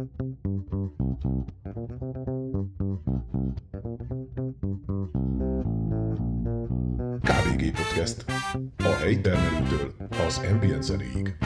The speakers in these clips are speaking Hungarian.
KVG Podcast. A helyi termelőtől az ambient zenéig.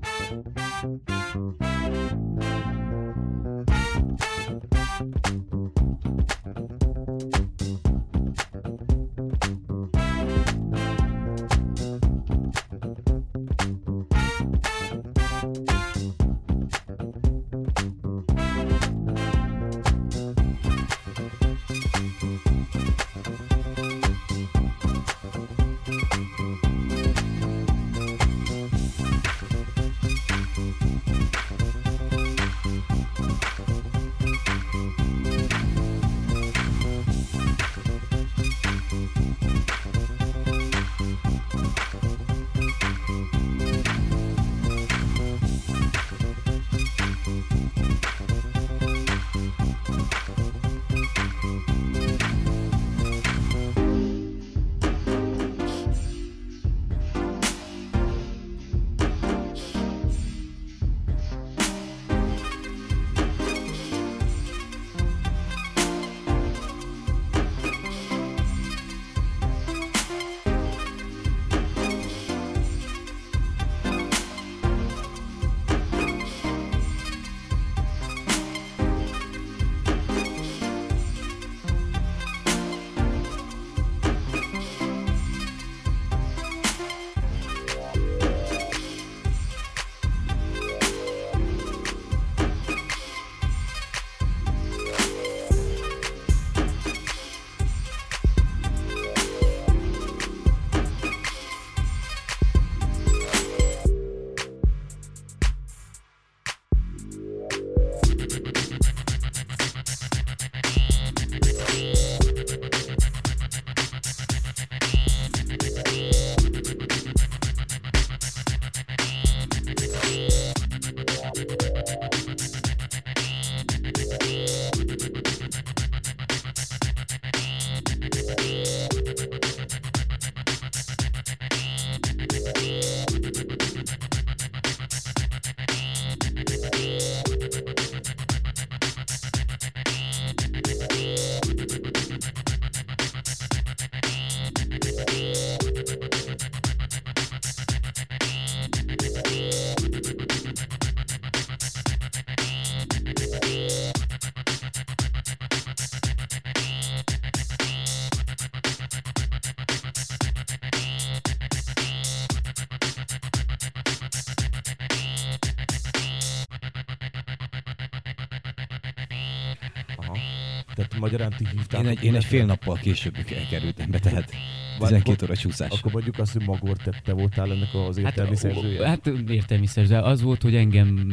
Magyarán ti hívtátok. Én egy fél nappal később kerültem be, tehát 12 óra csúszás. Akkor mondjuk azt, hogy Magor, te voltál ennek az értelmi szerzője? Hát értelmi szerzője. Az volt, hogy engem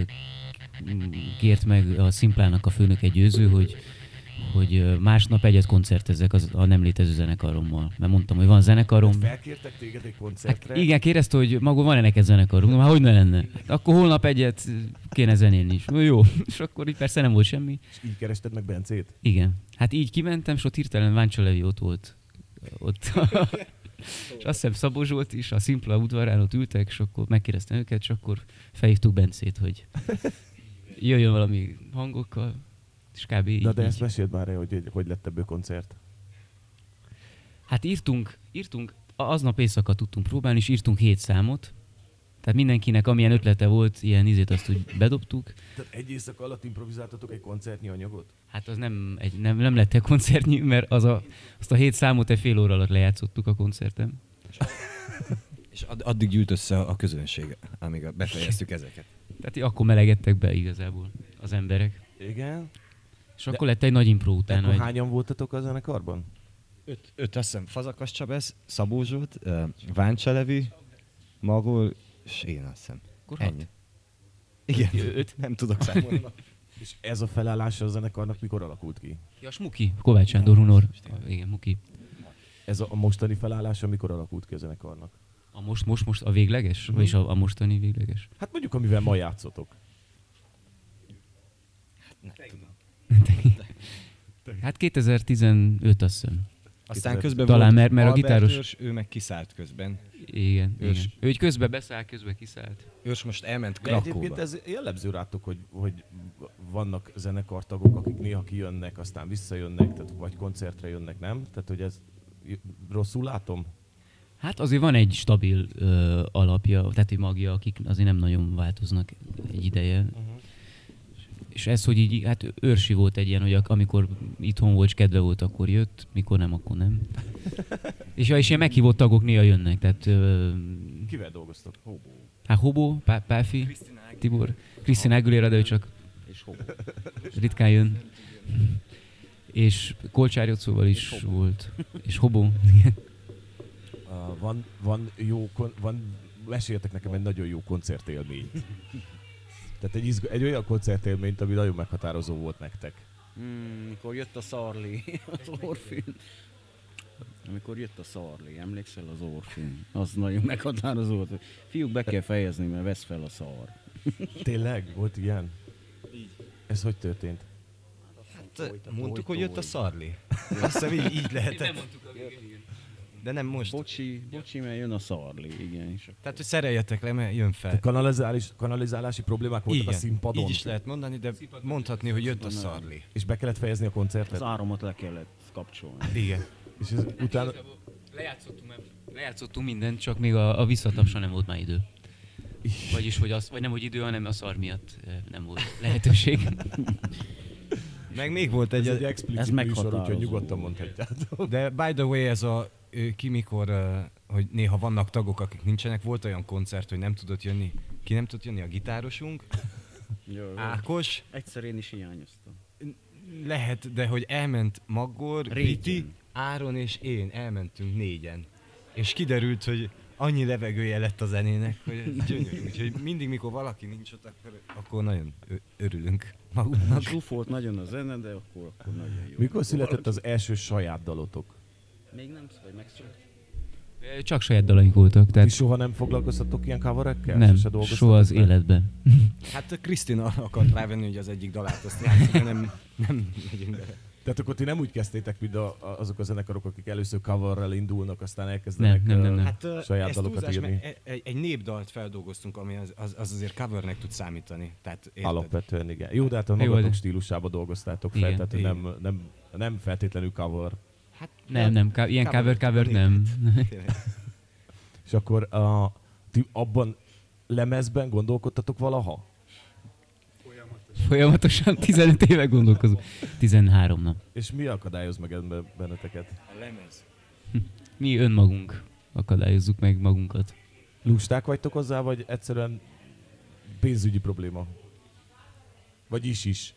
kért meg a Szimplának a főnök egy győző, hogy másnap egyet koncertezzek a nem létező zenekarommal. Mert mondtam, hogy van zenekarom. Felkértek téged egy koncertre? Hát igen, kérdezte, hogy Magor, van-e neked zenekarom? Hát hogy ne lenne? Akkor holnap egyet kéne zenélni is. Jó, és akkor így persze nem volt semmi. És így kerested meg Bencét? Igen. Hát így kimentem, és ott hirtelen Váncsa Levi ott volt. És azt hiszem Szabó Zsolt is, a Szimpla udvarán ott ültek, és akkor megkérdeztem őket, és akkor felhívtuk Bencét, hogy jöjjön valami hangokkal. És kb. De ezt meséld már el, hogy lett ebből koncert. Hát írtunk, aznap éjszaka tudtunk próbálni, és írtunk 7 számot. Tehát mindenkinek amilyen ötlete volt, ilyen izét azt úgy bedobtuk. Tehát egy éjszaka alatt improvizáltatok egy koncertnyi anyagot? Hát az nem lett egy koncertnyi, mert azt a 7 számot egy fél óra alatt lejátszottuk a koncerten. És addig gyűlt össze a közönség, amíg befejeztük ezeket. Tehát akkor melegedtek be igazából az emberek. Igen. És akkor lett egy nagy impro utána. Akkor hányan voltatok a zenekarban? 5 azt hiszem, Fazakas Csabesz, Szabó Zsolt, Váncsa Levi, Magor, és én azt hiszem. Akkor ennyi. Igen, 5, nem tudok számolni. És ez a felállása a zenekarnak mikor alakult ki? Ja, Smuki, Kovács Sándor Hunor. Igen, Muki. Ez a mostani felállása mikor alakult ki a zenekarnak? A most a végleges? Vagyis a mostani végleges? Hát mondjuk, amivel ma játszotok. Nem tudom. Hát 2015 azt hiszem. Aztán közben Talán, volt mert a Albert gitáros- Őrs, ő meg kiszállt közben. Igen, Ős. igen. Ő közben beszáll, közben kiszállt. Őrs most elment De egyébként Krakóba. ez jellemző rátok, hogy vannak zenekartagok, akik néha kijönnek, aztán visszajönnek, tehát vagy koncertre jönnek, nem? Tehát, hogy ez rosszul látom? Hát azért van egy stabil alapja, tehát egy magja, akik azért nem nagyon változnak egy ideje. Uh-huh. És ez, hogy így, hát Őrsi volt egy ilyen, hogy amikor itthon volt és kedve volt, akkor jött, mikor nem, akkor nem. és ilyen meghívott tagok néha jönnek, tehát Kivel dolgoztok? hát Hobó, Páfi, Tibor, Krisztina Aguilera, de ő csak ritkán jön. És Kolcsár Jocóval is volt. És Hobó. Meséljetek nekem egy nagyon jó koncertélményt. Tehát egy olyan koncertélményt, ami nagyon meghatározó volt nektek. Mikor jött a Szarli, az Orfin. Amikor jött a Szarli, emlékszel az Orfin? Az nagyon meghatározó volt. Fiúk, be kell fejezni, mert vesz fel a szar. Tényleg? Volt ilyen? Így. Ez hogy történt? Hát, mondtuk, hogy jött a Szarli. Azt hiszem így lehetett. De nem most. Bocsi, mert jön a Szarli, igen. És Tehát, hogy szereljetek le, mert jön fel. Kanalizálási problémák voltak a színpadon? Így is lehet mondani, de mondhatni, hogy jött a Szarli. És be kellett fejezni a koncertet? az áramot le kellett kapcsolni. Igen. És ez utána... Lejátszottunk mindent, csak még a visszatapsra nem volt már idő. Vagyis, vagy nem, hogy idő, hanem a szar miatt nem volt lehetőség. Meg még volt egy... Ez egy explicit műsor, meghatározó. úgyhogy nyugodtan mondhatjátok. De by the way, ez a ki mikor, hogy néha vannak tagok, akik nincsenek, volt olyan koncert, hogy nem tudott jönni. Ki nem tudott jönni? A gitárosunk, Jó. Ákos. Egyszer én is hiányoztam. Lehet, de hogy elment Maggor, Régen. Viti, Áron és én, elmentünk 4-en. És kiderült, hogy annyi levegője lett a zenének, hogy ez gyönyörű. Úgyhogy mindig, mikor valaki nincs ott, akkor nagyon örülünk magunknak. Zsúfolt nagyon a zene, de akkor nagyon jó. Mikor született az első saját dalotok? Még nem vagy megszólalt? Csak saját dalaink voltak, Ti tehát soha nem foglalkoztatok ilyen coverekkel? nem, Sose dolgoztatok soha az vele? életben. Hát Krisztina akart rávenni, hogy az egyik dalát azt játszik, de nem megyünk bele. Tehát akkor ti nem úgy kezdtétek, mint azok a zenekarok, akik először coverrel indulnak, aztán elkezdenek Nem. Hát saját ez dalokat túlzás, írni. mert egy népdalt feldolgoztunk, ami az azért covernek tud számítani. Tehát érted? Alapvetően igen. Jó, de hát a Jó, magatok de- stílusába dolgoztátok fel, Igen. tehát hogy nem feltétlenül cover. Hát, Nem, ilyen cover nem. Tényleg. És akkor ti abban lemezben gondolkodtatok valaha? Folyamatosan 15 éve gondolkozunk. 13 nap. És mi akadályoz meg ebben benneteket? A lemez. Mi önmagunk akadályozzuk meg magunkat. Lusták vagytok hozzá, vagy egyszerűen pénzügyi probléma? Vagy is?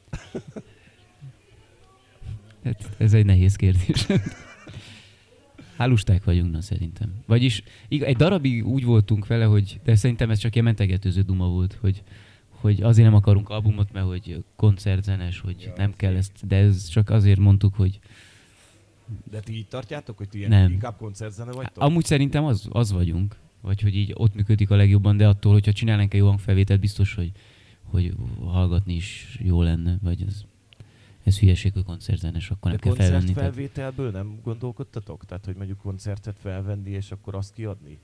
Hát ez egy nehéz kérdés. Hálusták vagyunk, na szerintem. Vagyis egy darabig úgy voltunk vele, hogy, de szerintem ez csak ilyen mentegetőző duma volt, hogy azért nem akarunk albumot, mert hogy koncertzenes, hogy nem kell ezt, de ez csak azért mondtuk, hogy De ti így tartjátok, hogy ti Nem. inkább koncertzene vagytok? amúgy szerintem az vagyunk, vagy hogy így ott működik a legjobban, de attól, hogyha csinálnánk egy jó hangfelvételt, biztos, hogy hallgatni is jó lenne, vagy ez hülyeség, hogy koncertzenes, akkor nem De kell felvenni. Tehát, koncertfelvételből nem gondolkodtatok? Tehát, hogy mondjuk koncertet felvenni, és akkor azt kiadni?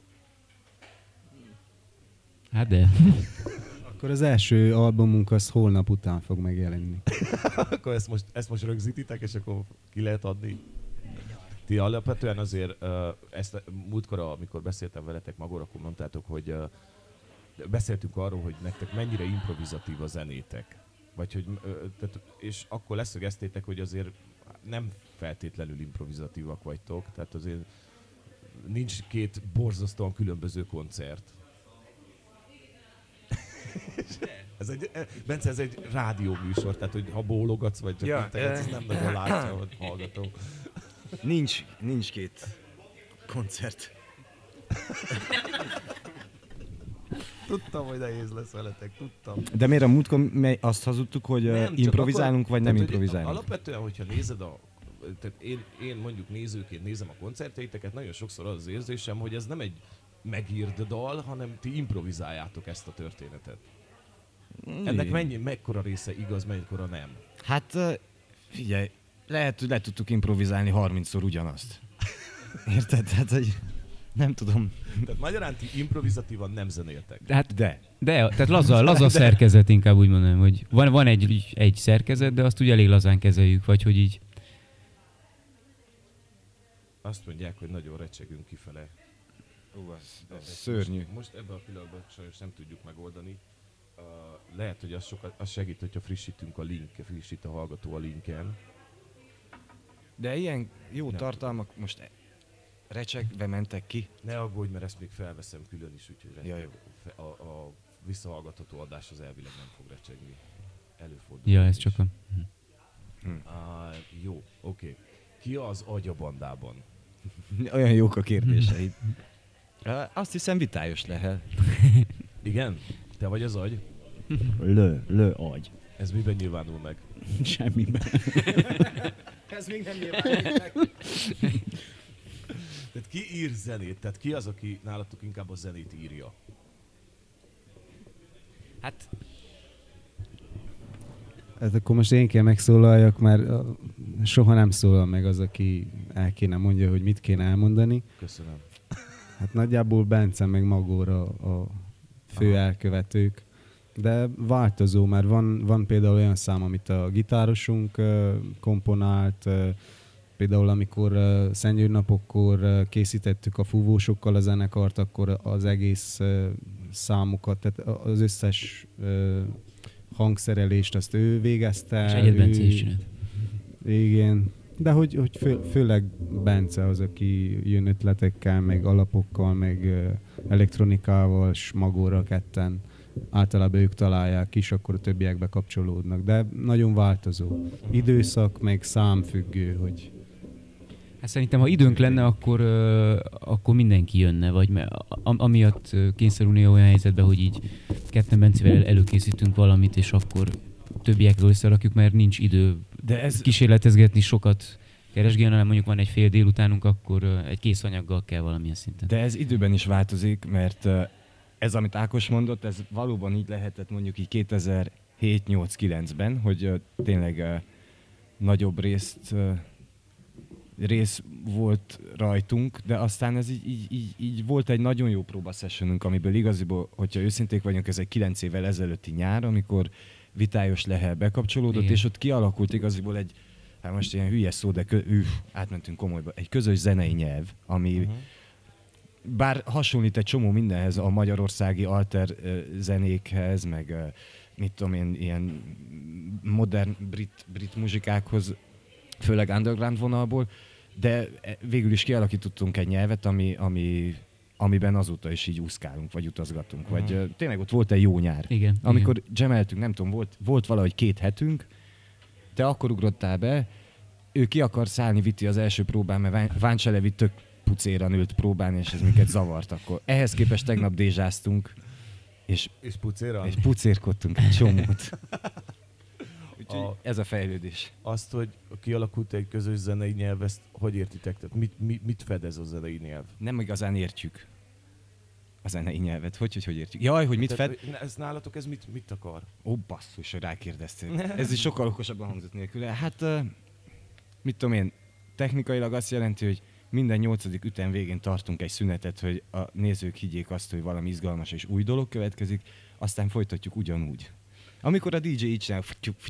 hát de. Akkor az első albumunk az holnap után fog megjelenni. Akkor ezt most rögzítitek, és akkor ki lehet adni? Ti alapvetően azért, ezt múltkor, amikor beszéltem veletek magor, akkor mondtátok, hogy beszéltünk arról, hogy nektek mennyire improvizatív a zenétek. Vagy hogy, tehát, és akkor leszögeztétek, hogy azért nem feltétlenül improvizatívak vagytok, tehát azért nincs két borzasztóan különböző koncert. Bence, ez egy rádióműsor, tehát hogy ha bólogatsz, vagy csak Ja, ez nem nagyon látja, hogy hallgatom. Nincs két koncert. Tudtam, hogy nehéz lesz veletek, tudtam. De miért a múltkor azt hazudtuk, hogy Nem, csak improvizálunk, akkor- vagy nem tehát, hogy improvizálunk? Alapvetően, hogyha nézed tehát én mondjuk nézőként nézem a koncertjeiteket, nagyon sokszor az érzésem, hogy ez nem egy megírt dal, hanem ti improvizáljátok ezt a történetet. Ennek mekkora része igaz, mekkora nem? Hát figyelj, lehet, hogy le tudtuk improvizálni 30-szor ugyanazt. Érted? Tehát, hogy nem tudom. Tehát magyarán ti improvizatívan nem zenéltek. Hát De. tehát laza szerkezet, inkább úgy mondanám, hogy van egy szerkezet, de azt úgy elég lazán kezeljük, vagy hogy így. Azt mondják, hogy nagyon recsegünk kifele. Ez szörnyű. Most ebben a pillanatban sajnos nem tudjuk megoldani. Lehet, hogy az segít, hogyha frissít a hallgató a linken. De ilyen jó Nem. tartalmak most recsegve mentek ki. Ne aggódj, mert ezt még felveszem külön is, úgyhogy Ja, jó. a visszahallgatható adás az elvileg nem fog recsegni. Előfordul. Ja, ez is. csak a... Jó, oké. Ki az agy a bandában? Olyan jók a kérdéseid. Azt hiszem Vitályos Lehel. Igen? Te vagy az agy? Lő agy. Ez miben nyilvánul meg? Semmiben. Ez még nem nyilván. Tehát ki ír zenét? Tehát ki az, aki nálatok inkább a zenét írja? Hát Hát akkor most én kell megszólaljak, mert soha nem szólal meg az, aki el kéne mondja, hogy mit kéne elmondani. Köszönöm. Hát nagyjából Bence meg Magóra a fő elkövetők. De változó, mert van például olyan szám, amit a gitárosunk komponált, például amikor Szentgyörgy-napokkor készítettük a fúvósokkal a zenekart, akkor az egész számokat, tehát az összes hangszerelést azt ő végezte. És egyet Bence is csinált. Igen, de hogy főleg Bence az, aki jön ötletekkel, meg alapokkal, meg elektronikával, és Magóra ketten általában ők találják is, akkor a többiek bekapcsolódnak. De nagyon változó. Időszak, meg számfüggő, hogy... Hát szerintem, ha időnk lenne, akkor mindenki jönne, vagy amiatt kényszerülni olyan helyzetbe, hogy így ketten Bencével előkészítünk valamit, és akkor többiekről összerakjuk, mert nincs idő kísérletezgetni, sokat keresgélni, hanem mondjuk van egy fél délutánunk, akkor egy kész anyaggal kell valamilyen szinten. De ez időben is változik, mert ez, amit Ákos mondott, ez valóban így lehetett mondjuk így 2007-8-9-ben, hogy tényleg nagyobb rész volt rajtunk, de aztán ez így volt egy nagyon jó próbasessionünk, amiből igaziból, hogyha őszinték vagyunk, ez egy 9 évvel ezelőtti nyár, amikor Vitályos Lehel bekapcsolódott, igen. és ott kialakult igaziból egy, hát most ilyen hülye szó, de átmentünk komolyba, egy közös zenei nyelv, ami bár hasonlít egy csomó mindenhez, a magyarországi alter zenékhez, meg mit tudom én, ilyen modern brit muzsikákhoz, főleg underground vonalból, de végül is kialakítottunk egy nyelvet, amiben azóta is így úszkálunk, vagy utazgatunk. Vagy tényleg ott volt egy jó nyár. Igen, amikor jameltünk, nem tudom, volt valahogy 2 hetünk, te akkor ugrottál be, ő ki akar szállni, Viti az első próbán, mert Váncselevi tök pucéran ült próbálni, és ez minket zavart akkor. Ehhez képest tegnap dézsáztunk, és pucéra? és pucérkodtunk egy csomót. Úgyhogy ez a fejlődés. Azt, hogy kialakult egy közös zenei nyelv, ezt hogy értitek? Tehát mit fedez a zenei nyelv? Nem igazán értjük a zenei nyelvet. Hogy értjük? Jaj, hogy mit fed? Ez nálatok ez mit akar? Ó, basszus, hogy rákérdeztél. Ez is sokkal okosabban hangzott nélkül. Hát, mit tudom én, technikailag azt jelenti, hogy minden 8. ütem végén tartunk egy szünetet, hogy a nézők higgyék azt, hogy valami izgalmas és új dolog következik, aztán folytatjuk ugyanúgy. Amikor a DJ így csinál,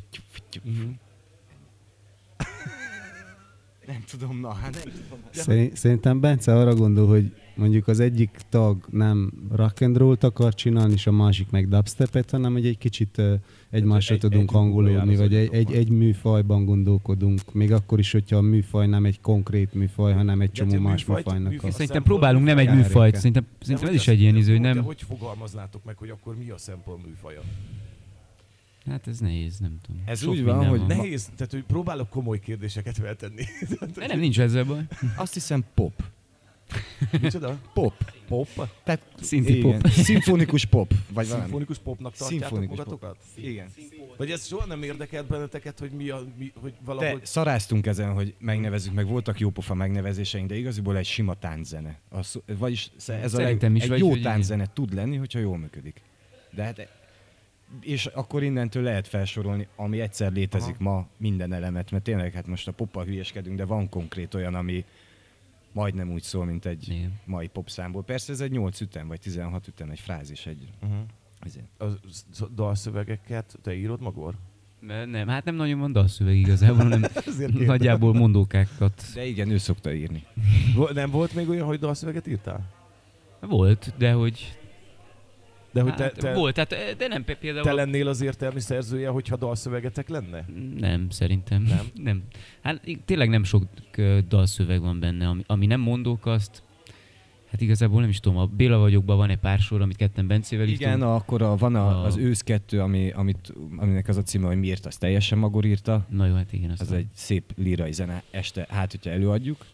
nem tudom, nem tudom. Szerintem Bence arra gondol, hogy mondjuk az egyik tag nem rock and roll-t akar csinálni, és a másik meg dubstepet, hanem hogy egy kicsit egymásra tudunk hangolódni, vagy egy műfajban gondolkodunk, még akkor is, hogyha a műfaj nem egy konkrét műfaj, hanem egy csomó más műfajnak. Szerintem próbálunk nem egy műfajt, szerintem ez is egy ilyen iző, hogy De nem... hogy fogalmaznátok meg, hogy akkor mi a szempont műfaja? Hát ez nehéz, nem tudom. Ez Sok úgy van, minden hogy Nehéz, tehát hogy próbálok komoly kérdéseket feltenni. De nem, nincs ezzel baj. azt hiszem pop. Micsoda? Pop. Tehát Szinti igen, pop. szimfonikus pop. Vagy valami. Szimfonikus popnak tartjátok Szimfonikus magatokat? Igen. Vagy ez soha nem érdekelt benneteket, hogy hogy De valahogy... szaráztunk ezen, hogy megnevezzük, meg voltak jópofa megnevezéseink, de igaziból egy sima tánczene. Vagyis ez Szerintem is, egy vagy jó hogy igen. tánczene tud lenni, hogyha jól működik. De hát és akkor innentől lehet felsorolni, ami egyszer létezik ma minden elemet, mert tényleg hát most a poppal hülyeskedünk, de van konkrét olyan, ami majdnem úgy szól, mint egy Igen. mai popszámból. Persze ez egy 8 ütem, vagy 16 ütem, egy frázis, egy... Ezért. A dalszövegeket te írod magad? Nem, hát nem nagyon van dalszöveg igazából, hanem nagyjából mondókákat. De igen, ő szokta írni. Nem volt még olyan, hogy dalszöveget írtál? Volt, de hogy... De hogy Hát, te, volt, tehát, de nem például... te lennél az értelmi szerzője, hogyha dalszövegetek lenne? Nem, szerintem. Nem? Nem. Hát tényleg nem sok dalszöveg van benne, ami nem mondók azt. Hát igazából nem is tudom, a Béla vagyokban van egy pár sor, amit ketten Bencével írtunk. Igen, akkor van az Ősz 2, aminek az a címe, hogy miért, azt teljesen Magor írta. Na jó, hát igen. Ez egy szép lírai zene este, hát hogyha előadjuk.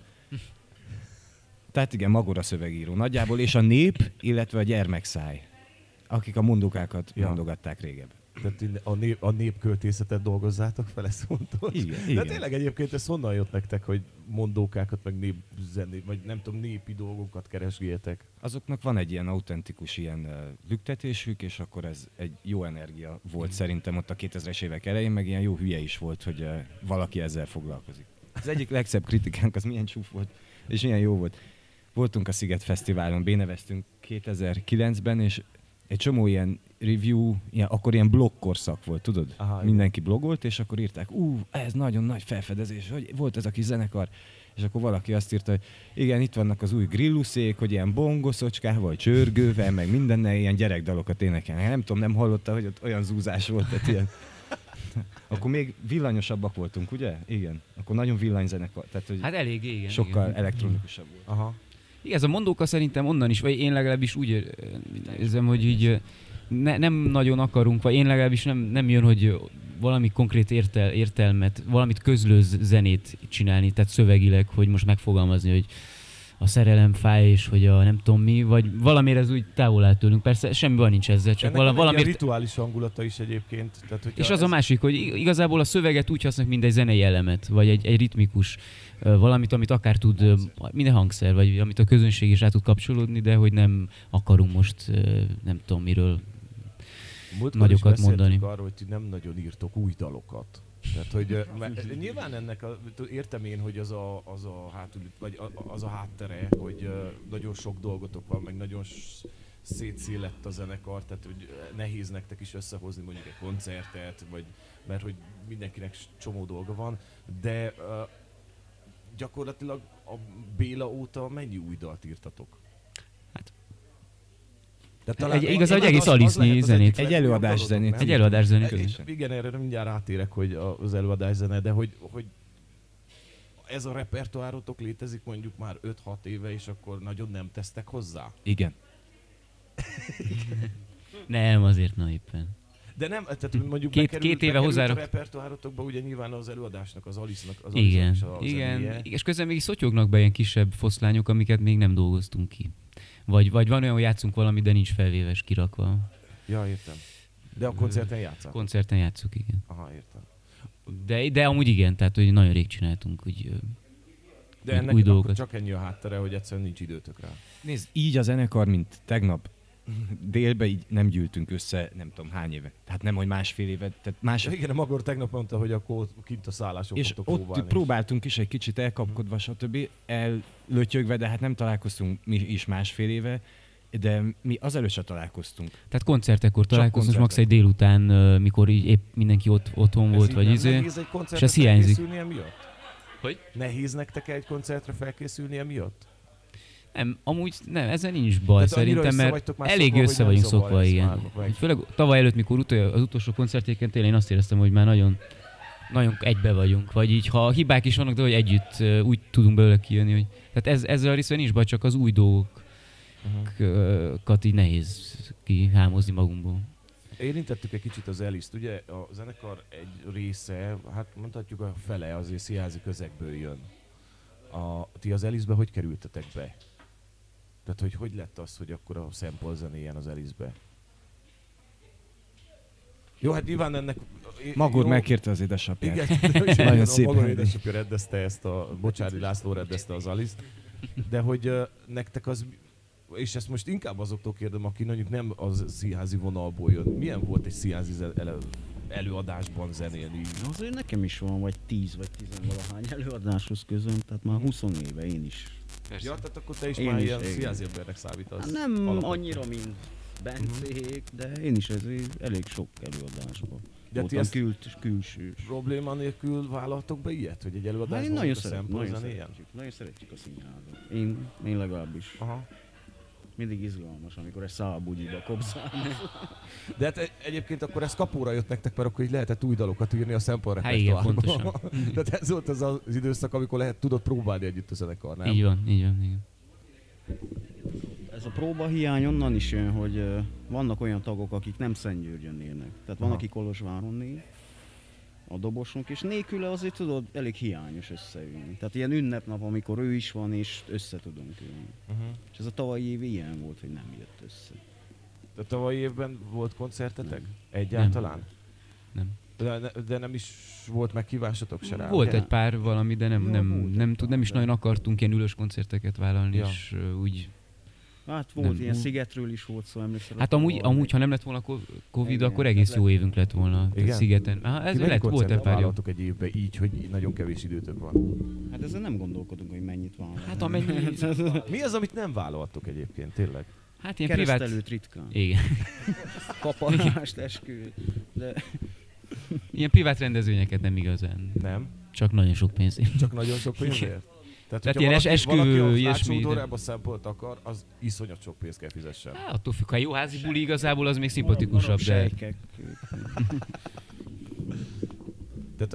Tehát igen, Magor a szövegíró nagyjából, és a Nép, illetve a Gyermekszáj, akik a mondókákat mondogatták régebb. Tehát a népköltészetet dolgozzátok fel, ezt mondtad? Igen, De igen. tényleg egyébként ez honnan jött nektek, hogy mondókákat, meg népzenét, vagy nem tudom, népi dolgokat keresgéltek? Azoknak van egy ilyen autentikus ilyen lüktetésük, és akkor ez egy jó energia volt szerintem ott a 2000-es évek elején, meg ilyen jó hülye is volt, hogy valaki ezzel foglalkozik. Az egyik legszebb kritikánk az milyen csúf volt, és milyen jó volt. Voltunk a Sziget Fesztiválon, béneveztünk 2009-ben, és egy csomó ilyen review, akkor ilyen blogkorszak volt, tudod? Aha, mindenki blogolt, és akkor írták, ez nagyon nagy felfedezés, hogy volt ez a kis zenekar, és akkor valaki azt írta, hogy igen, itt vannak az új grilluszék, hogy ilyen bongoszocskával, csörgővel, meg mindennel ilyen gyerekdalokat énekelnek. Nem tudom, nem hallotta, hogy ott olyan zúzás volt, tehát ilyen. Akkor még villanyosabbak voltunk, ugye? Igen. Akkor nagyon villanyzenekar, tehát hogy Hát elég, igen. sokkal igen. elektronikusabb volt. Aha. Igen, ez a mondóka szerintem onnan is, vagy én legalábbis úgy érzem, hogy így nem nagyon akarunk, vagy én legalábbis nem jön, hogy valami konkrét értelmet, valamit közlő zenét csinálni, tehát szövegileg, hogy most megfogalmazni, hogy a szerelem fáj, és hogy a nem tudom mi, vagy valamiért ez úgy távol áll tőlünk. Persze semmi baj nincs ezzel, csak valamiért... rituális hangulata is egyébként. Tehát, és az a másik, hogy igazából a szöveget úgy használjuk, mint egy zenei elemet, vagy egy ritmikus valamit, amit akár tud, minden hangszer, vagy amit a közönség is rá tud kapcsolódni, de hogy nem akarunk most nem tudom miről nagyokat mondani. Arról, hogy ti nem nagyon írtok új dalokat. Tehát, hogy nyilván ennek értem én, hogy az a hátul, vagy az a háttere, hogy nagyon sok dolgotok van, meg nagyon szétszélett a zenekar, tehát hogy nehéz nektek is összehozni mondjuk egy koncertet, vagy mert hogy mindenkinek csomó dolga van, de gyakorlatilag a Béla óta mennyi új dalt írtatok? Igaz, hogy egész Alisznyi zenét. Egy előadás zenét. Egy előadás zenét. Igen, erre mindjárt rátérek, hogy az előadás zene, de hogy ez a repertoárotok létezik mondjuk már 5-6 éve, és akkor nagyon nem tesztek hozzá? Igen. Nem, azért na éppen. De nem, tehát mondjuk két éve hozzárak. A repertoárotokban ugye nyilván az előadásnak, az Alice-nak igen, is a igen. zenéje. És közben még szotyognak be ilyen kisebb foszlányok, amiket még nem dolgoztunk ki. Vagy van olyan, hogy játszunk valamit, de nincs felvéves kirakva. Ja, értem. De a koncerten játszál? Koncerten játszunk, igen. Aha, értem. De amúgy igen, tehát hogy nagyon rég csináltunk úgy, de ennek új dolgokat. Csak ennyi a háttere, hogy egyszerűen nincs időtök rá. Nézd, így a zenekar, mint tegnap délbe így nem gyűltünk össze, nem tudom hány éve. Tehát nem, hogy másfél éve. Tehát igen, a Magor tegnap mondta, hogy akkor kint a szállások és ott próbáltunk is egy kicsit elkapkodva, stb. Ellötyögve, de hát nem találkoztunk mi is másfél éve, de mi azelőtt se találkoztunk. Tehát koncertekkor találkoztunk, max egy délután, mikor így épp mindenki otthon volt, vagy izé. Nehéz egy koncertre felkészülni emiatt? Hogy? Nehéz nektek egy koncertre felkészülni emiatt? Nem, amúgy nem, ezzel nincs baj szerintem, mert elég össze vagyunk szokva, igen. Főleg tavaly előtt, mikor az utolsó koncertéken tényleg én azt éreztem, hogy már nagyon egybe vagyunk. Vagy így, ha hibák is vannak, de hogy együtt úgy tudunk belőle kijönni. Hogy, tehát ezzel a részben nincs baj, csak az új dolgokat így nehéz kihámozni magunkból. Érintettük egy kicsit az Alice-t, ugye a zenekar egy része, hát mondhatjuk a fele azért színházi közegből jön. Ti az Alice-be hogy kerültetek be? Tehát, hogy lett az, hogy akkor a sample zenéjen az Alice-be? Jó, hát nyilván ennek... Magor megkérte az édesapját. Igen, nagyon szépen. Magor édesapja rendezte ezt Bocsári László rendezte az Alice-t. De hogy nektek az... És ezt most inkább azoktól kérdem, aki mondjuk nem az színházi vonalból jön. Milyen volt egy színházi előadásban zenélni? Azért nekem is van vagy 10 vagy 10 valahány előadáshoz közöm, tehát már 20 éve én is Persze. Ja, tehát akkor te is Én már is, ilyen igen. színházi embernek számítasz. Hát nem alapvetően. annyira, mint Bencék, de én is elég sok előadásban. De ti voltam ezt külsős. probléma nélkül vállaltok be ilyet, hogy egy Hát előadásban én nagyon a szeretem, szempont zenéjen? nagyon szeretjük a színházat. Én legalábbis. Aha. Mindig izgalmas, amikor egy szálbugyiba kopszálni. De hát egyébként akkor ez kapóra jött nektek, mert akkor így lehetett új dalokat írni a szempont Hát igen, repertoárba. pontosan. Tehát ez volt az időszak, amikor tudod próbálni együtt a zenekarnál. Így van, igen. Ez a próbahiány onnan is jön, hogy vannak olyan tagok, akik nem Szentgyörgyön élnek. Tehát van, Aha. aki Kolozsváron él, a dobosunk, és nélküle azért tudod, elég hiányos összeülni. Tehát ilyen ünnepnap, amikor ő is van, és össze tudunk ülni. Uh-huh. És ez a tavalyi év ilyen volt, hogy nem jött össze. De tavalyi évben volt koncertetek? Egyáltalán? Nem. De nem is volt meghívásotok se rá? Volt ugye? egy pár valami, de Ja, volt egy nem is pár, nagyon akartunk ilyen ülős koncerteket vállalni, Ja. és úgy... Hát volt Nem. ilyen Szigetről is volt szó, emlékszel? Hát akkor amúgy, ha nem lett volna Covid, Igen, akkor egész tehát jó évünk lett volna. Tehát Igen? Szigeten. Ez Ti mennyi lett, volt egy koncertet pár jó. vállaltok egy évben így, hogy nagyon kevés időtök van? Hát ezzel nem gondolkodunk, hogy mennyit van. Hát amennyi... Mi az, amit nem vállaltok egyébként, tényleg? Hát ilyen privát... Keresztelőt ritkán. Igen. Kapalást, esküvőt. De Ilyen privát rendezvényeket nem igazán. Nem? Csak nagyon sok pénzért. Csak nagyon sok pénzért? Tehát hogyha ilyen valaki, esküvő, valaki a ilyesmi, Lácsó de- Dorába szempont akar, az iszonyat sok pénzt kell fizessen. Hát, attól függ, ha jó házi buli igazából, az még szimpatikusabb, de... sejkek. Tehát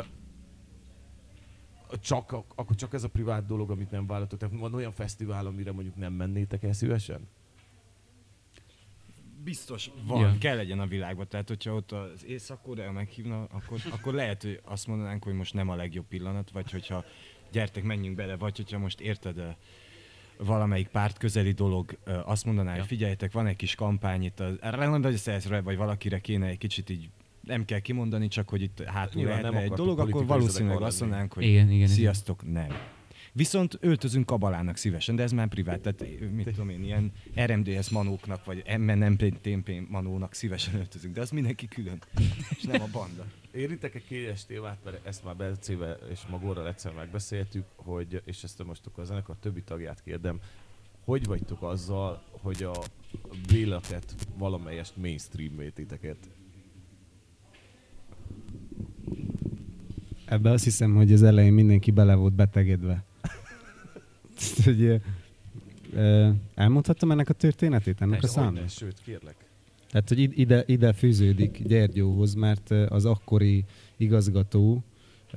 akkor csak ez a privát dolog, amit nem vállalatok. Tehát van olyan fesztivál, amire mondjuk nem mennétek el szívesen? Biztos van, Ja. kell legyen a világban. Tehát, hogyha ott az Észak-Korea meghívna, akkor lehet, hogy azt mondanánk, hogy most nem a legjobb pillanat, vagy hogyha gyertek, menjünk bele, vagy hogyha most érted valamelyik párt közeli dolog, azt mondaná, hogy figyeljetek, van egy kis kampány itt, vagy valakire kéne egy kicsit így, nem kell kimondani, csak hogy itt hátul Nyilván lehetne nem egy akartok dolog, akkor politikai valószínűleg zenekar azt lenni. mondanánk, hogy Igen. sziasztok, nem. Viszont öltözünk kabalának szívesen, de ez már privát, tehát mit tudom én, ilyen RMDS manóknak, vagy MNMTMP manónak szívesen öltözünk, de az mindenki külön, és nem a banda. Éritek egy kényes témát, mert ezt már Bencével és Magorral egyszer megbeszéltük, hogy, és ezt most akkor a zenekar többi tagját kérdem, hogy vagytok azzal, hogy a Béla tett valamelyest mainstream-mé titeket? Ebben azt hiszem, hogy az elején mindenki bele volt betegedve. Hogy, elmondhattam ennek a történetét, ennek Persze, a számnak? Hogyne, sőt, kérlek. Tehát, hogy ide fűződik Gyergyóhoz, mert az akkori igazgató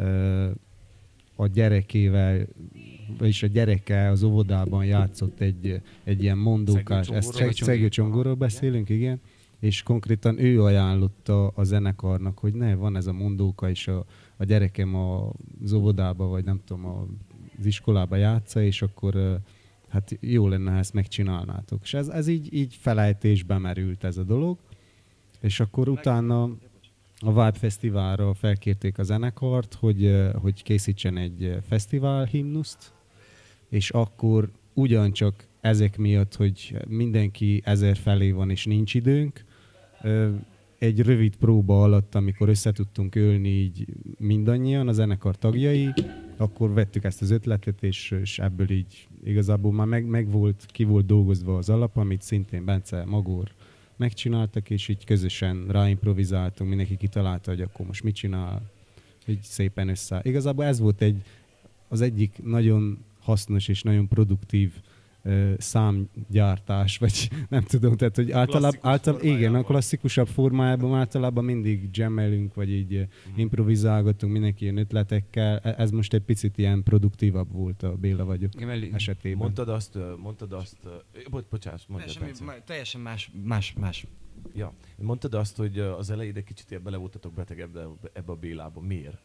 a gyerekével, vagyis a gyerekkel az óvodában játszott egy ilyen mondókás, Szegő-Csongóról beszélünk, igen, és konkrétan ő ajánlotta a zenekarnak, hogy van ez a mondóka, és a gyerekem az óvodába, vagy nem tudom, az iskolába játsza, és akkor hát jó lenne, ha ezt megcsinálnátok. És ez így felejtésbe merült ez a dolog, és akkor utána a Vibe Fesztiválra felkérték a zenekart, hogy készítsen egy fesztivál himnuszt, és akkor ugyancsak ezek miatt, hogy mindenki 1000 felé van és nincs időnk, egy rövid próba alatt, amikor összetudtunk ülni így mindannyian, a zenekar tagjai, akkor vettük ezt az ötletet, és ebből így igazából már ki volt dolgozva az alap, amit szintén Bence, Magor megcsináltak, és így közösen ráimprovizáltunk, mindenki kitalálta, hogy akkor most mit csinál, így szépen össze. Igazából ez volt az egyik nagyon hasznos és nagyon produktív számgyártás, vagy nem tudom, tehát hogy általában igen, a klasszikusabb formájában általában mindig jammelünk, vagy így improvizálgatunk mindenki ilyen ötletekkel. Ez most egy picit ilyen produktívabb volt a Béla vagyok esetében. Mondtad azt, bocsáss, mondjad, Bence. Teljesen más. Ja, mondtad azt, hogy az elején egy kicsit ilyen bele voltatok betegebb ebbe a Bélába. Miért?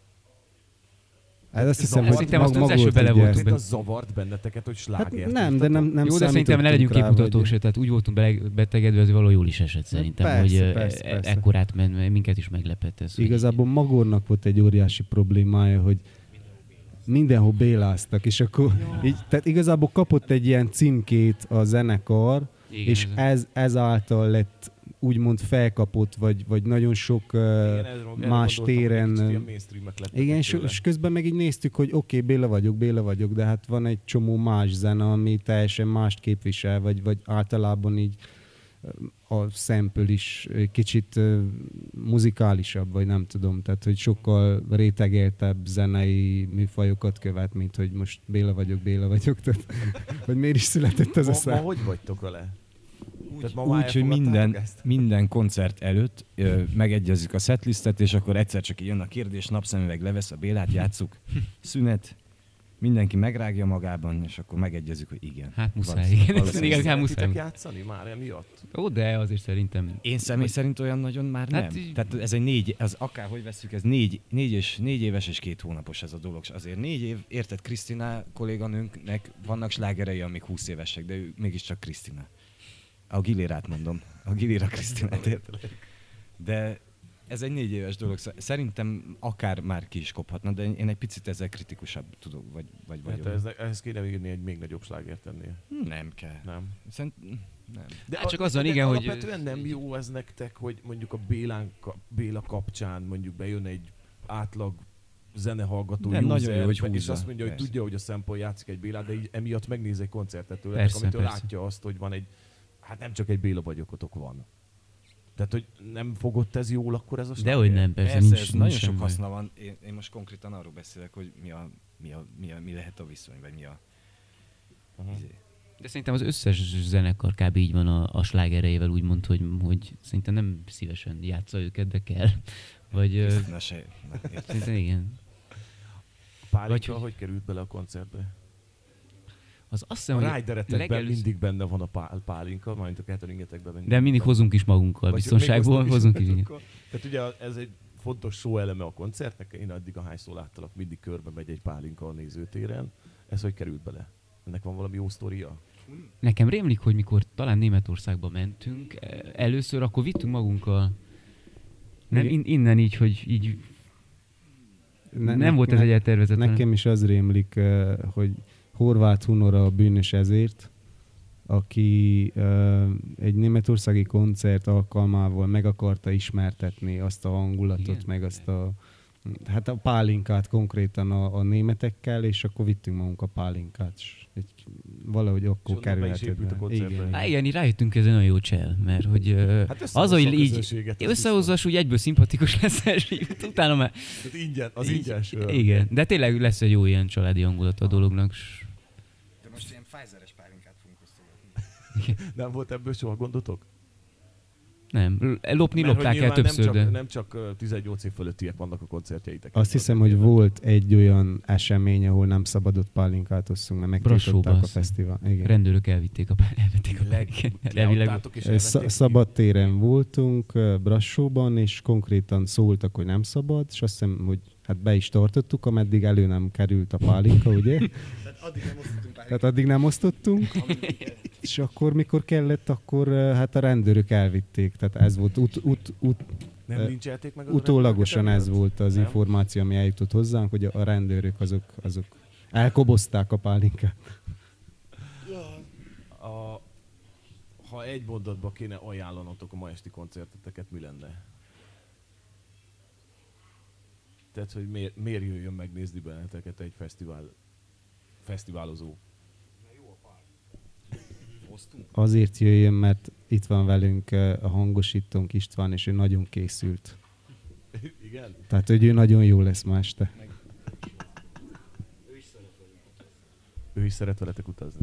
Ez azt hiszem, Ezt hogy szerintem azt az első volt bele így voltunk ezt. benne. Az zavart benneteket, hogy slágert Hát nem, de nem Jó, de szerintem számítottunk ne legyünk rá, képmutatók vagy- se, tehát úgy voltunk betegedve, az való jól is esett szerintem, Persze, hogy persze. ekkorát ment, minket is meglepett ez. hogy- Igazából Magornak volt egy óriási problémája, hogy mindenhol béláztak, és akkor így, tehát igazából kapott egy ilyen címkét a zenekar, Igen, és ezáltal lett úgymond felkapott, vagy nagyon sok Igen, erről más gondoltam, téren... hogy kicsit ilyen mainstreamek lettek Igen, tőle. és közben meg így néztük, hogy oké, Béla vagyok, de hát van egy csomó más zene, ami teljesen mást képvisel, vagy általában így a sample is kicsit muzikálisabb, vagy nem tudom, tehát hogy sokkal rétegeltebb zenei műfajokat követ, mint hogy most Béla vagyok, tehát hogy miért is született ez a Ma szám. hogy vagytok vele? Tehát ma már Úgy, hogy elfogadtátok ezt? minden koncert előtt megegyezzük a setlistet, és akkor egyszer csak így jön a kérdés, napszemüveg levesz a Bélát, játsszuk, szünet, mindenki megrágja magában, és akkor megegyezzük, hogy igen. Hát muszáj, Valószínűleg- igen. valószínűleg. Igen, muszáj. Szeretitek játszani már emiatt? Ó, de azért szerintem... Én személy szerint olyan nagyon már nem. Hát így- Tehát ez egy akárhogy veszük, ez négy éves és 2 hónapos ez a dolog. És azért 4 év, érted, Krisztina kolléganőnknek vannak slágerei, amik 20 évesek, de ő mégiscsak Krisztina. A Gilérát mondom. A Gilera Krisztinát, érted? De ez egy 4 éves dolog. Szerintem akár már ki is kophatna, de én egy picit ezzel kritikusabb tudok, vagy vagyok. Hát ehhez kéne írni egy még nagyobb slágert ennél. Nem kell. Nem. Nem. De Hát csak azon, igen, hogy- alapvetően nem jó ez nektek, hogy mondjuk a Béla kapcsán mondjuk bejön egy átlag zenehallgató Nem, nagyon user, jó, hogy és húzza. azt mondja, hogy Persze. tudja, hogy a sample játszik egy Bélát, de így emiatt megnéz egy koncertet tőle, Persze, amitől persze. látja azt, hogy van egy, hát nem csak egy Béla vagyokotok van. Tehát, hogy nem fogott ez jól akkor ez a sláger? Dehogy nem, persze, Persze, nincs, ez nagyon nincs sok semmi baj. haszna van. Én most konkrétan arról beszélek, hogy mi lehet a viszony, vagy mi a... izé. De szerintem az összes zenekar kb. Így van a slágereivel, úgymond, hogy szerintem nem szívesen játsza őket, de kell. Vagy Krisztina se... na, érted? szerintem igen. Pálinka, Vagy hogy került bele a koncertbe? Az azt A hiszem, hogy rideretekben mindig benne van a pálinka, majd a cateringetekben mindig. de mindig hozunk is magunkkal, Vagy biztonságból még hozunk is. hoztok Igen. akkor. Tehát ugye ez egy fontos show eleme a koncertnek, én addig ahányszor láttalak, mindig körbe megy egy pálinka a nézőtéren. Ez hogy került bele? Ennek van valami jó sztoria? Nekem rémlik, hogy mikor talán Németországba mentünk, először akkor vittünk magunkkal. Nem, innen így, hogy így nem volt ez egy tervezet. Nekem is az rémlik, hogy Horváth Hunor a bűnös ezért, aki egy németországi koncert alkalmával meg akarta ismertetni azt a hangulatot, Igen. meg azt a pálinkát konkrétan a németekkel, és akkor vittünk magunk a pálinkát, és valahogy akkor onnan be is kerülhetett épült a be. koncertbe. Á, igen, így rájöttünk, ez egy nagyon jó csel, mert hogy az, hogy így összehozzass, úgy egyből szimpatikus lesz, és így utána már... Ingyen, az így- ingyen sör. Igen, de tényleg lesz egy jó ilyen családi hangulat a dolognak. De most ilyen Pfizeres pálinkát fogunk osztogatni. Nem volt ebből soha gondotok? Nem, lopni Mert lopták hogy el nyilván többször, de... nem csak 18 év fölöttiek vannak a koncertjeitek. Azt hiszem, hogy volt egy olyan esemény, ahol nem szabadott pálinkát osszunk, mert Brassóba, megtiltották a azt hiszem. fesztivál. Igen. Rendőrök elvitték a pálinkát. Leadtátok és elvették? Szabad téren voltunk, Brassóban, és konkrétan szóltak, hogy nem szabad, és azt hiszem, hogy hát be is tartottuk, ameddig elő nem került a pálinka, ugye? Tehát addig nem osztottunk. És akkor, mikor kellett, akkor hát a rendőrök elvitték. Tehát ez volt Nem lincselték meg az utólagosan rendőröket ez emiatt? volt az Nem? információ, ami eljutott hozzánk, hogy a rendőrök azok elkobozták a pálinkát. Ha egy mondatba kéne ajánlanotok a ma esti koncerteteket, mi lenne? Tehát, hogy miért jöjjön megnézni benneteket egy fesztiválozó? Azért jöjjön, mert itt van velünk a hangosítónk István, és ő nagyon készült. Igen? Tehát, hogy ő nagyon jó lesz ma este. Ő is szeret veletek utazni.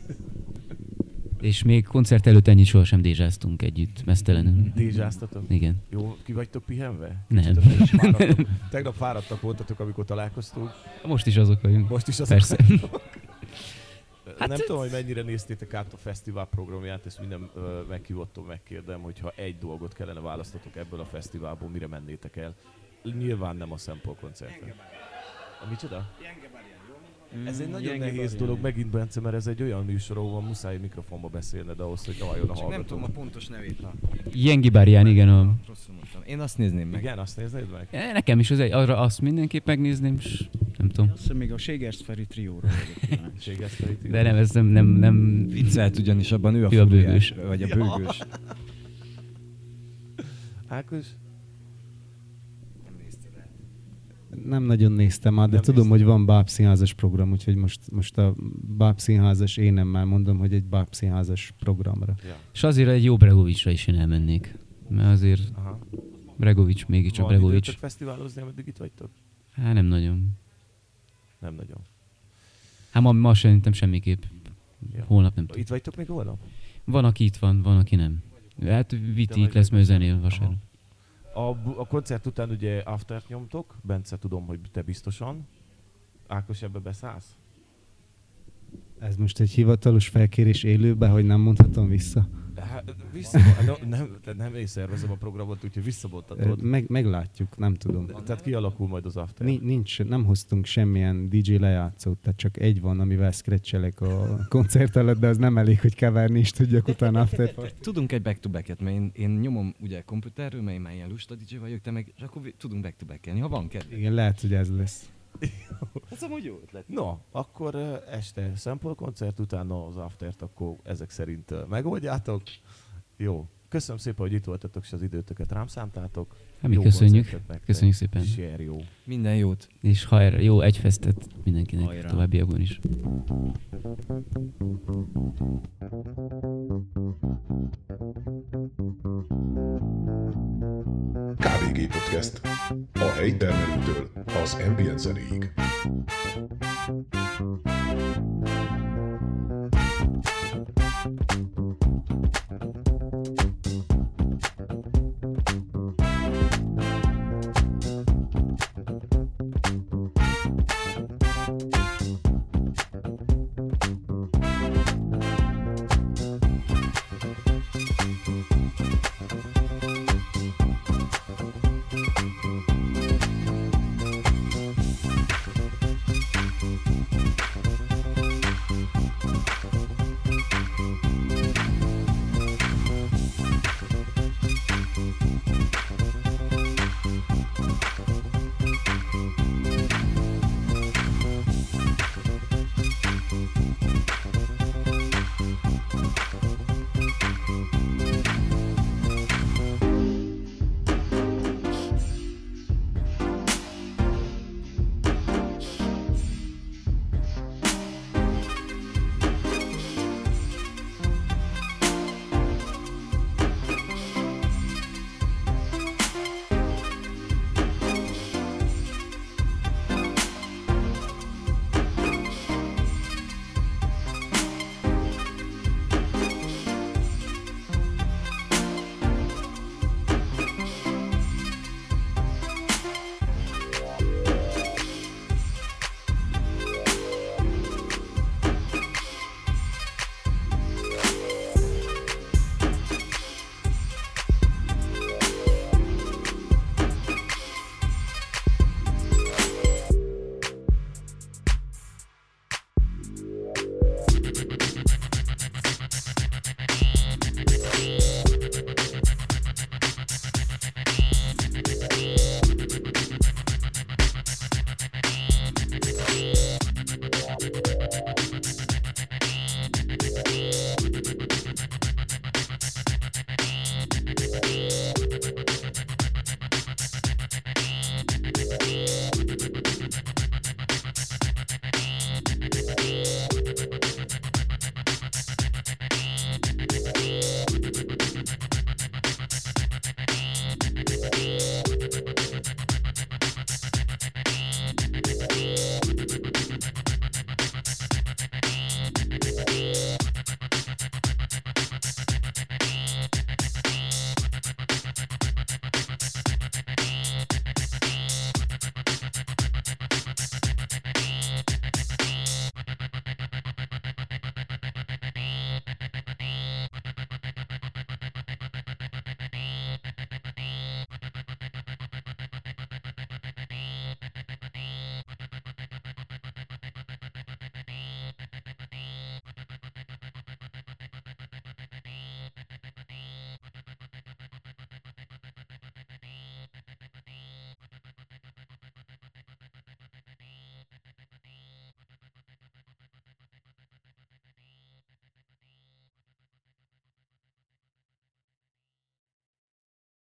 És még koncert előtt ennyit sohasem dézsáztunk együtt, mesztelenül. Dézsáztatok? Igen. Jó, ki vagytok pihenve? Nem. Tegnap fáradtak voltatok, amikor találkoztunk. Most is azok vagyunk. Most is az. Persze. Hát nem tudom, hogy mennyire néztétek át a fesztivál programját, ezt minden meghívottól megkérdem, hogyha egy dolgot kellene választatok ebből a fesztiválból, mire mennétek el. Nyilván nem a Sample koncertre. A micsoda? Ez egy nagyon nehéz dolog megint, Bence, mert ez egy olyan műsor, ahol muszáj mikrofonba beszélned ahhoz, hogy halljon a Csak nem hallgató. tudom a pontos nevét. Na. Jengi Bárján, igen. Rosszul mondtam. Én azt nézném meg. Igen, azt néznéd meg? Nekem is arra azt mindenképp megnézném, és nem tudom. Azt hiszem még a Ségersferi trióra vagyok kíváncsi. Ségeszteríti. De nem, ez nem Viccelt ugyanis abban ő a Ő a furujás, bőgős. vagy a bőgős. Ákos? Nem nagyon néztem már, de Nem tudom, néztem. hogy van bábszínházas program, úgyhogy most a bábszínházas énemmel mondom, hogy egy bábszínházas programra. Ja. És azért egy jó Bregovicsra is én elmennék. Mert azért Aha. Bregovics, mégiscsak Van Bregovics. időtök fesztiválozni, ameddig itt vagytok? Hát nem nagyon. Nem nagyon. Hát ma szerintem semmiképp. Ja. Holnap nem tudom. Itt vagytok még holnap? Van, aki itt van, van, aki nem. Hát Viti itt lesz, mert zenél vasárnap. A koncert után ugye aftert nyomtok, Bence, tudom, hogy te biztosan. Ákos, ebbe beszállsz? Ez most egy hivatalos felkérés élőbe, hogy nem mondhatom vissza. Hát, nem én szervezem a programot, úgyhogy visszamondhatod. Meglátjuk, nem tudom. Tehát kialakul majd az after. Nem hoztunk semmilyen DJ lejátszót, tehát csak egy van, amivel scratchelek a koncert előtt, de az nem elég, hogy keverni is tudjak utána after party. Tudunk egy back-to-backet, mert én nyomom ugye komputerről, mert én már ilyen lusta DJ vagyok, te meg, és akkor tudunk back-to-backelni, ha van kedv. Igen, lehet, hogy ez lesz. Ez amúgy jó ötlet. No, akkor este Sample koncert, utána az aftert, akkor ezek szerint megoldjátok. Jó. Köszönöm szépen, hogy itt voltatok, és az időtöket rám szántátok. Hát mi Jó köszönjük. koncertet nektek. Köszönjük szépen. Share jó. Minden jót. És jó egy festet mindenkinek Hajrá. továbbiakban is. KVG Podcast. A helyi termelőtől az ambient zenéig.